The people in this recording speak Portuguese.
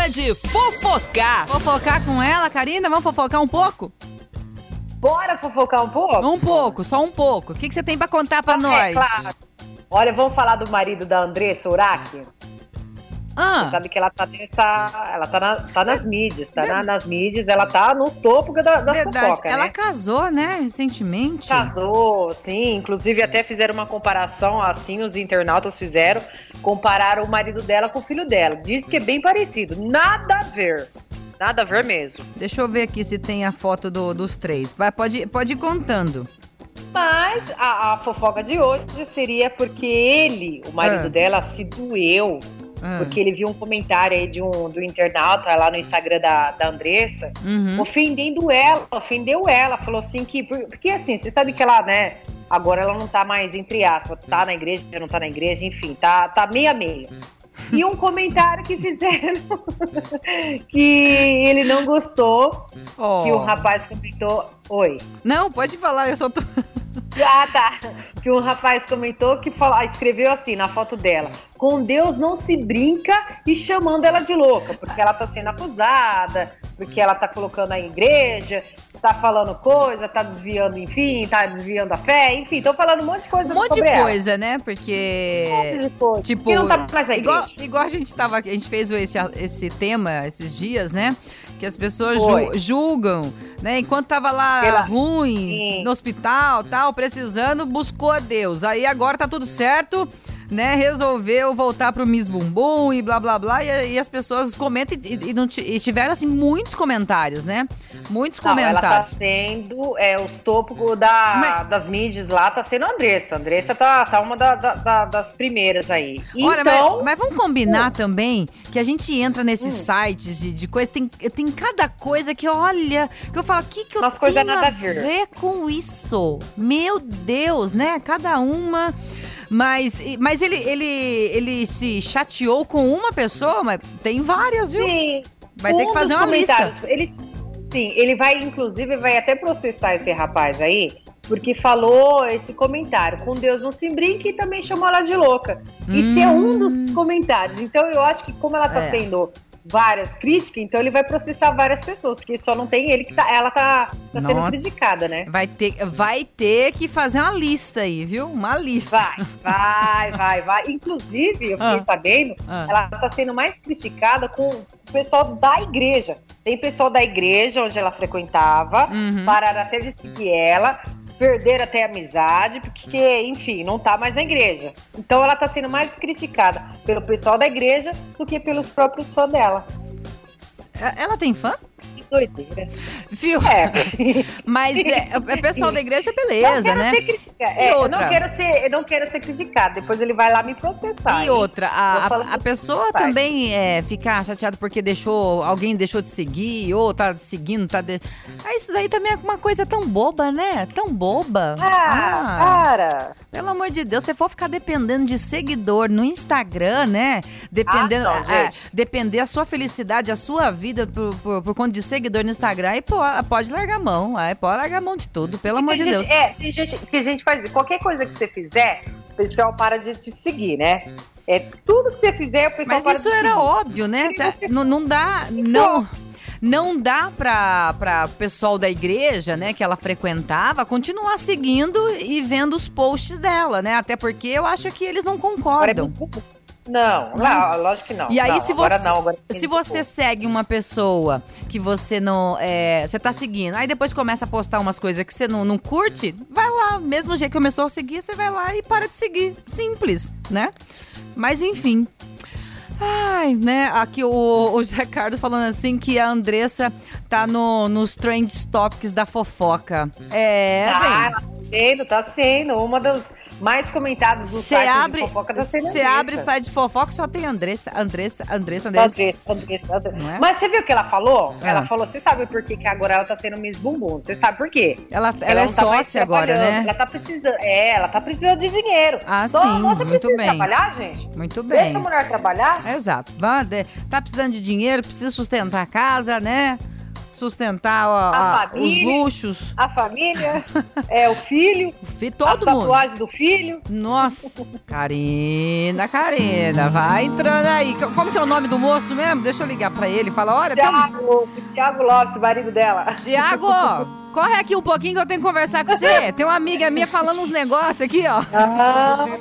Hora de fofocar. Fofocar com ela, Karina? Vamos fofocar um pouco? Bora fofocar um pouco? Um pouco, só um pouco. O que você tem pra contar pra nós? Claro. Olha, vamos falar do marido da Andressa Urach? Você sabe que ela tá tá nas mídias, nas mídias, ela tá nos topos da fofoca, ela né? casou, né, recentemente? Casou, sim, inclusive até fizeram uma comparação, assim, os internautas compararam o marido dela com o filho dela. Diz que é bem parecido, nada a ver mesmo. Deixa eu ver aqui se tem a foto dos três. Pode ir contando. Mas a fofoca de hoje seria porque o marido dela, se doeu. Porque ele viu um comentário aí do internauta lá no Instagram da Andressa, ofendeu ela, falou assim que, porque assim, você sabe que ela, né, agora ela não tá mais, entre aspas, tá na igreja, não tá na igreja, enfim, tá meio a meio. E um comentário que fizeram que ele não gostou, que o rapaz comentou, Não, pode falar, eu só tô... Tá. Que um rapaz comentou escreveu assim na foto dela: com Deus não se brinca, e chamando ela de louca, porque ela tá sendo acusada, porque ela tá colocando a igreja, tá falando coisa, tá desviando, enfim, tá desviando a fé, enfim, tô falando um monte de coisa sobre ela. Um monte de coisa, né? Porque... Um monte de coisa. Tipo, e não tá mais na igreja. Igual a gente fez esse tema esses dias, né? Que as pessoas julgam, né? Enquanto tava lá ruim, no hospital, tal, precisando, buscou a Deus. Aí agora tá tudo certo, né? Resolveu voltar pro Miss Bumbum e blá, blá, blá. E as pessoas comentam e tiveram, assim, muitos comentários, né? Muitos comentários. Ela tá sendo, os topos das mídias lá, tá sendo a Andressa. A Andressa tá uma das primeiras aí. Olha, então, mas vamos combinar também que a gente entra nesses sites de coisa, tem cada coisa que, olha, que eu falo, o que eu tenho nada a ver com isso? Meu Deus, né? Cada uma... Mas ele se chateou com uma pessoa, mas tem várias, viu? Sim. Vai ter que fazer uma lista. Ele vai até processar esse rapaz aí, porque falou esse comentário: com Deus não se brinca, e também chamou ela de louca. Isso é um dos comentários. Então eu acho que, como ela tá tendo várias críticas, então ele vai processar várias pessoas, porque só não tem ele ela tá sendo criticada, né? Vai ter que fazer uma lista aí, viu? Uma lista. Vai. Inclusive, eu fiquei sabendo, ela tá sendo mais criticada com o pessoal da igreja. Tem pessoal da igreja onde ela frequentava, pararam até de seguir ela, perderam até a amizade, porque, enfim, não tá mais na igreja. Então ela tá sendo mais criticada pelo pessoal da igreja do que pelos próprios fãs dela. Ela tem fã? Que doideira. Viu? Mas pessoal da igreja, beleza, né? Eu não quero ser criticada. Depois ele vai lá me processar. E outra, a pessoa também ficar chateada porque alguém deixou de seguir, ou tá seguindo, isso daí também é uma coisa tão boba, né? Tão boba. Para! Pelo amor de Deus, se for ficar dependendo de seguidor no Instagram, né? Depender a sua felicidade, a sua vida por conta de seguidor no Instagram, aí pode largar a mão. Aí pode largar a mão de tudo, pelo amor de Deus. Tem gente que a gente faz. Qualquer coisa que você fizer, o pessoal para de te seguir, né? Tudo que você fizer, o pessoal para de te seguir. Mas isso era óbvio, né? Não dá pra pessoal da igreja, né, que ela frequentava, continuar seguindo e vendo os posts dela, né? Até porque eu acho que eles não concordam. Não, lógico que não. E aí, se você segue uma pessoa que você não... você tá seguindo, aí depois começa a postar umas coisas que você não curte, vai lá, mesmo jeito que começou a seguir, você vai lá e para de seguir. Simples, né? Mas, enfim... Ai, né? Aqui o Zé Carlos falando assim que a Andressa tá nos trend topics da fofoca. Tá sendo uma das mais comentadas do site de fofoca da cena. Você abre o site de fofoca, só tem Andressa. É? Mas você viu o que ela falou? Ela falou, você sabe por que agora ela tá sendo Miss Bumbum? Você sabe por quê? Ela é sócia agora, né? Ela tá precisando de dinheiro. Sim, você muito precisa bem. trabalhar, gente? Muito bem. Deixa a mulher trabalhar. Exato. Tá precisando de dinheiro, precisa sustentar a casa, né? sustentar os família, luxos. A família, o filho. Todo mundo. A tatuagem do filho. Nossa, Karina, vai entrando aí. Como que é o nome do moço mesmo? Deixa eu ligar pra ele e falar, olha... Thiago Lopes, marido dela. Thiago, corre aqui um pouquinho que eu tenho que conversar com você. Tem uma amiga minha falando uns negócios aqui, ó.